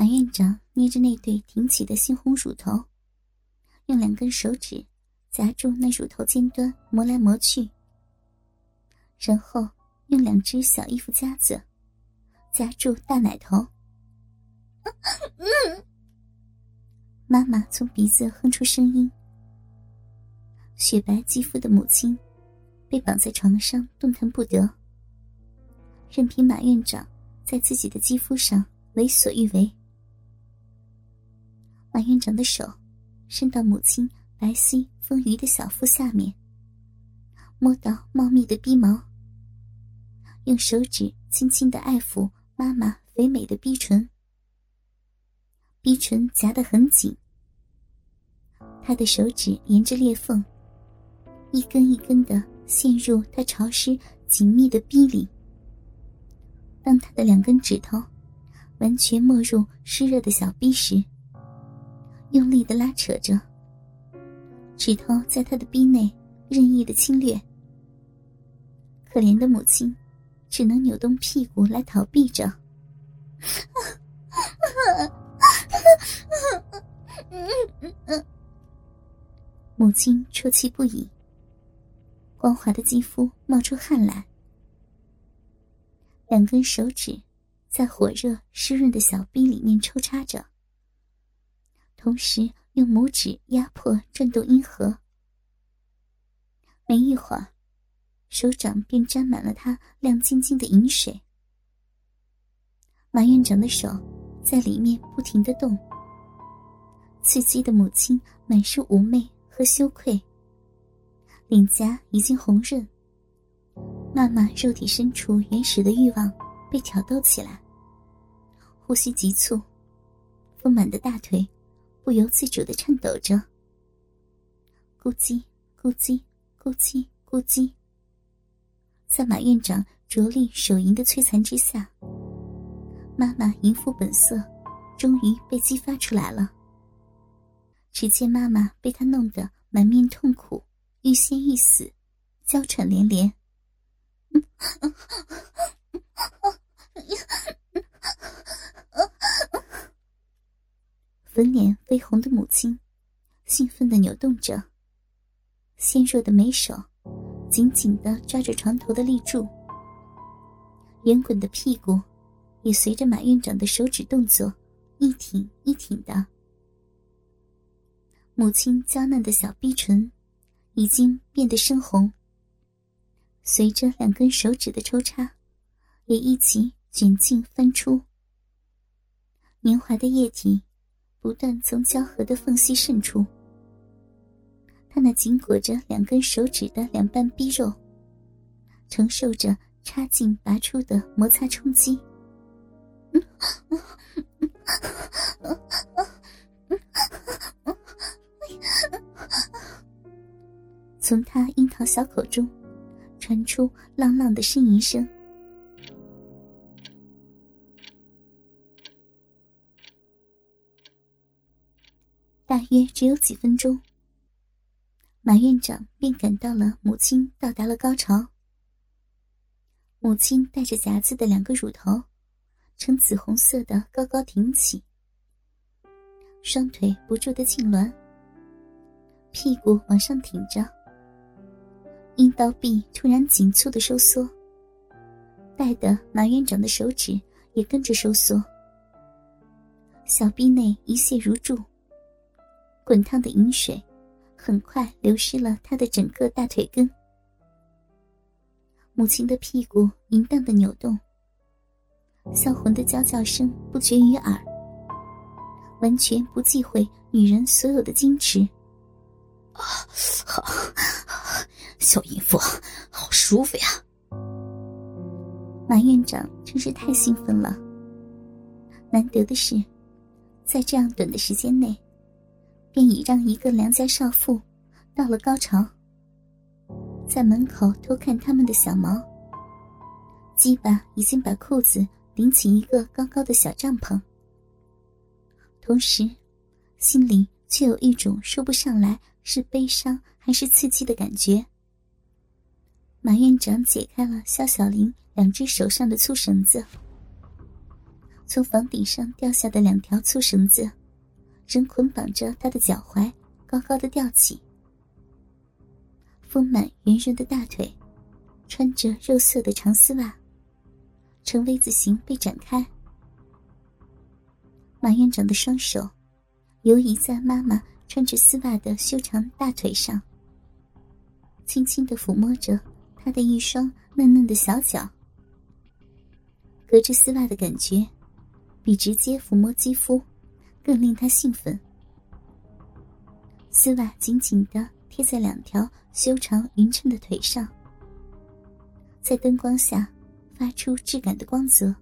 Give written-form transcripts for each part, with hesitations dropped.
马院长捏着那对挺起的猩红乳头，用2根手指夹住那乳头尖端磨来磨去，然后用2只小衣服夹子夹住大奶头。妈妈从鼻子哼出声音。雪白肌肤的母亲被绑在床上动弹不得，任凭马院长在自己的肌肤上为所欲为。马院长的手伸到母亲白皙丰腴的小腹下面，摸到茂密的逼毛，用手指轻轻地爱抚妈妈肥美的逼唇。逼唇夹得很紧，他的手指沿着裂缝一根一根地陷入他潮湿紧密的逼里。当他的2根指头完全没入湿热的小逼时，用力地拉扯着，指头在他的逼内任意地侵略。可怜的母亲只能扭动屁股来逃避着。母亲啜泣不已，光滑的肌肤冒出汗来。2根手指在火热湿润的小逼里面抽插着，同时用拇指压迫转动阴核。没一会儿，手掌便沾满了他亮晶晶的饮水。马院长的手在里面不停地动，刺激的母亲满是妩媚和羞愧，脸颊已经红润。妈妈肉体深处原始的欲望被挑逗起来，呼吸急促，丰满的大腿不由自主地颤抖着，咕叽咕叽咕叽咕叽。在马院长着力手淫的摧残之下，妈妈淫妇本色终于被激发出来了。只见妈妈被他弄得满面痛苦，欲仙欲死，娇喘连连。粉脸绯红的母亲兴奋地扭动着，纤弱的美手紧紧地抓着床头的立柱，圆滚的屁股也随着马院长的手指动作一挺一挺的。母亲娇嫩的小逼唇已经变得深红，随着2根手指的抽插也一起卷进翻出，黏滑的液体不断从交合的缝隙渗出。他那紧裹着2根手指的2瓣逼肉承受着插进拔出的摩擦冲击。从他樱桃小口中传出浪浪的呻吟声。大约只有几分钟，马院长便感到了母亲到达了高潮。母亲带着夹子的2个乳头呈紫红色的高高挺起，双腿不住地痉挛，屁股往上挺着，阴道壁突然紧促地收缩，带得马院长的手指也跟着收缩，小臂内一泻如注，滚烫的饮水很快流失了他的整个大腿根。母亲的屁股淫荡的扭动，销魂的娇叫声不绝于耳，完全不忌讳女人所有的矜持。 好，小淫妇，好舒服呀！ 马院长真是太兴奋了。难得的是，在这样短的时间内，便已让一个良家少妇到了高潮。在门口偷看他们的小毛，鸡巴已经把裤子顶起一个高高的小帐篷，同时心里却有一种说不上来是悲伤还是刺激的感觉。马院长解开了肖小玲2只手上的粗绳子， 从房顶上掉下的2条粗绳子仍捆绑着他的脚踝，高高的吊起。丰满圆润的大腿穿着肉色的长丝袜，呈 V 字形被展开。马院长的双手游移在妈妈穿着丝袜的修长大腿上，轻轻地抚摸着她的一双嫩嫩的小脚。隔着丝袜的感觉比直接抚摸肌肤更令他兴奋。丝袜紧紧地贴在2条修长匀称的腿上，在灯光下发出质感的光泽。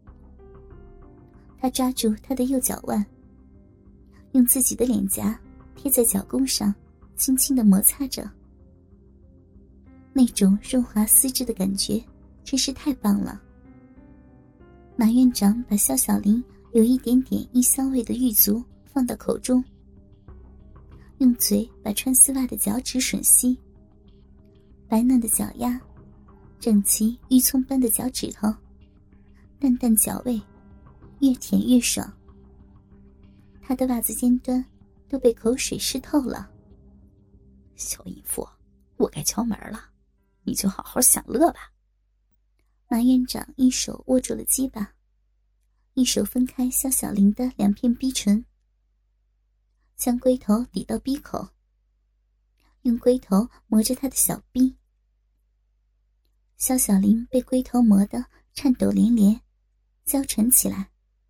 他抓住她的右脚腕，用自己的脸颊贴在脚弓上，轻轻地摩擦着。那种润滑丝质的感觉真是太棒了。马院长把肖小玲有一点点异香味的玉足放到口中，用嘴把穿丝袜的脚趾吮吸，白嫩的脚丫，整齐玉葱般的脚趾头，淡淡脚味，越舔越爽。他的袜子尖端都被口水湿透了。 小淫妇，我该敲门了，你就好好享乐吧。 马院长一手握住了鸡巴，一手分开肖小玲的2片逼唇，将龟头抵到逼口，用龟头磨着她的小逼。肖小玲被龟头磨得颤抖连连，娇喘起来：“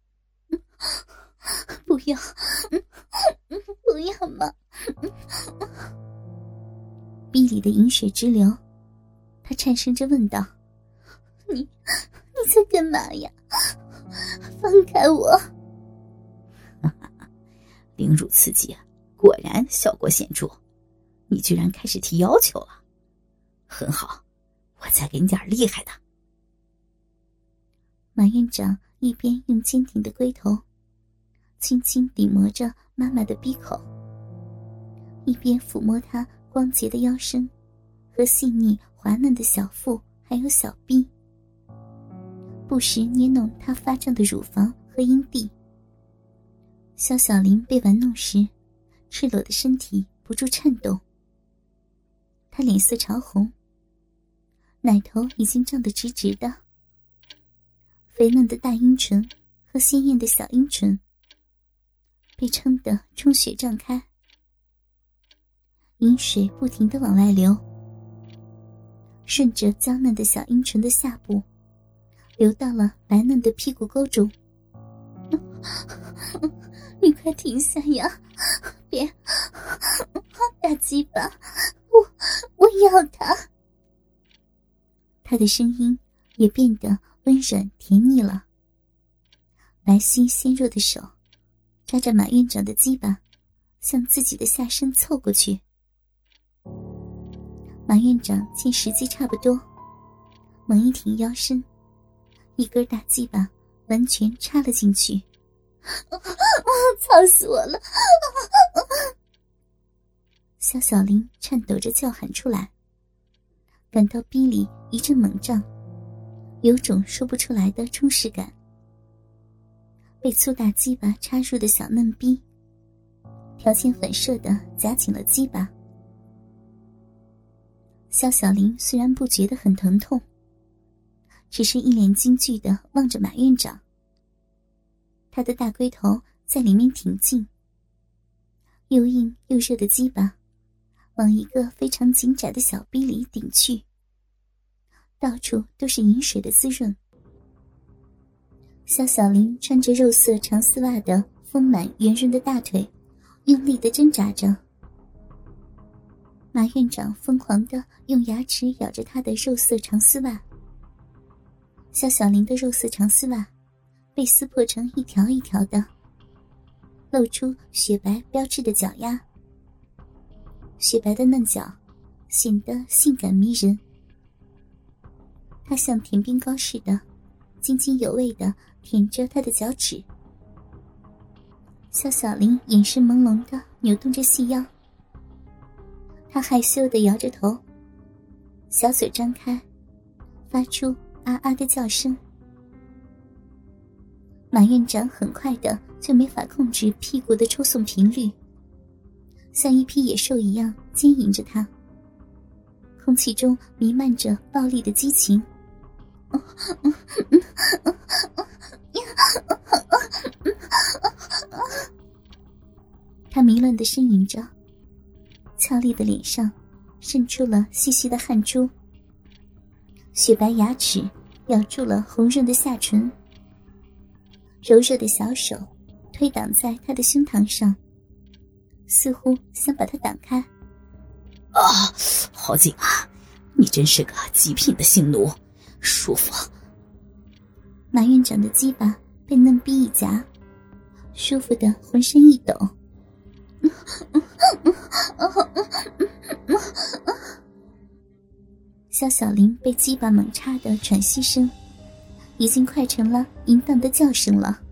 不要，不要嘛！”逼里的饮水直流，她颤声着问道：“你在干嘛呀？放开我！” 凌辱刺激，果然效果显著，你居然开始提要求了。很好，我再给你点厉害的。 马院长一边用坚挺的龟头轻轻抵磨着妈妈的逼口，一边抚摸她光洁的腰身和细腻滑嫩的小腹还有小臂，不时捏弄她发胀的乳房和阴蒂。肖小玲被玩弄时，赤裸的身体不住颤动，她脸色潮红，奶头已经胀得直直的，肥嫩的大阴唇和鲜艳的小阴唇被撑得充血胀开，饮水不停地往外流，顺着娇嫩的小阴唇的下部流到了白嫩的屁股沟中。你快停下呀，别，大鸡巴，我要它。他的声音也变得温软甜腻了。白皙纤弱的手抓着马院长的鸡巴向自己的下身凑过去。马院长见时机差不多，猛一挺腰身，一根大鸡巴完全插了进去。操死我了！肖小玲颤抖着叫喊出来，感到逼里一阵猛胀，有种说不出来的充实感。被粗大鸡巴插入的小嫩逼条件反射地夹紧了鸡巴。肖小玲虽然不觉得很疼痛，只是一脸惊惧地望着马院长。他的大龟头在里面挺进，又硬又热的鸡巴往一个非常紧窄的小逼里顶去，到处都是饮水的滋润。肖小玲穿着肉色长丝袜的丰满圆润的大腿用力地挣扎着，马院长疯狂地用牙齿咬着她的肉色长丝袜。肖小玲的肉色长丝袜被撕破成一条一条的，露出雪白标志的脚丫，雪白的嫩脚显得性感迷人。她像甜冰糕似的津津有味地舔着她的脚趾。肖小玲眼神朦胧地扭动着细腰，她害羞地摇着头，小嘴张开，发出啊啊的叫声。 马院长很快的就没法控制屁股的抽送频率，像一匹野兽一样牵引着他。空气中弥漫着暴力的激情。他迷乱地呻吟着，俏丽的脸上渗出了细细的汗珠，雪白牙齿咬住了红润的下唇，柔弱的小手推挡在他的胸膛上，似乎想把他挡开。 啊，好紧啊！你真是个极品的性奴，舒服。 马院长的鸡巴被嫩逼一夹，舒服的浑身一抖。肖小玲被鸡巴猛插的喘息声，已经快成了淫荡的叫声了。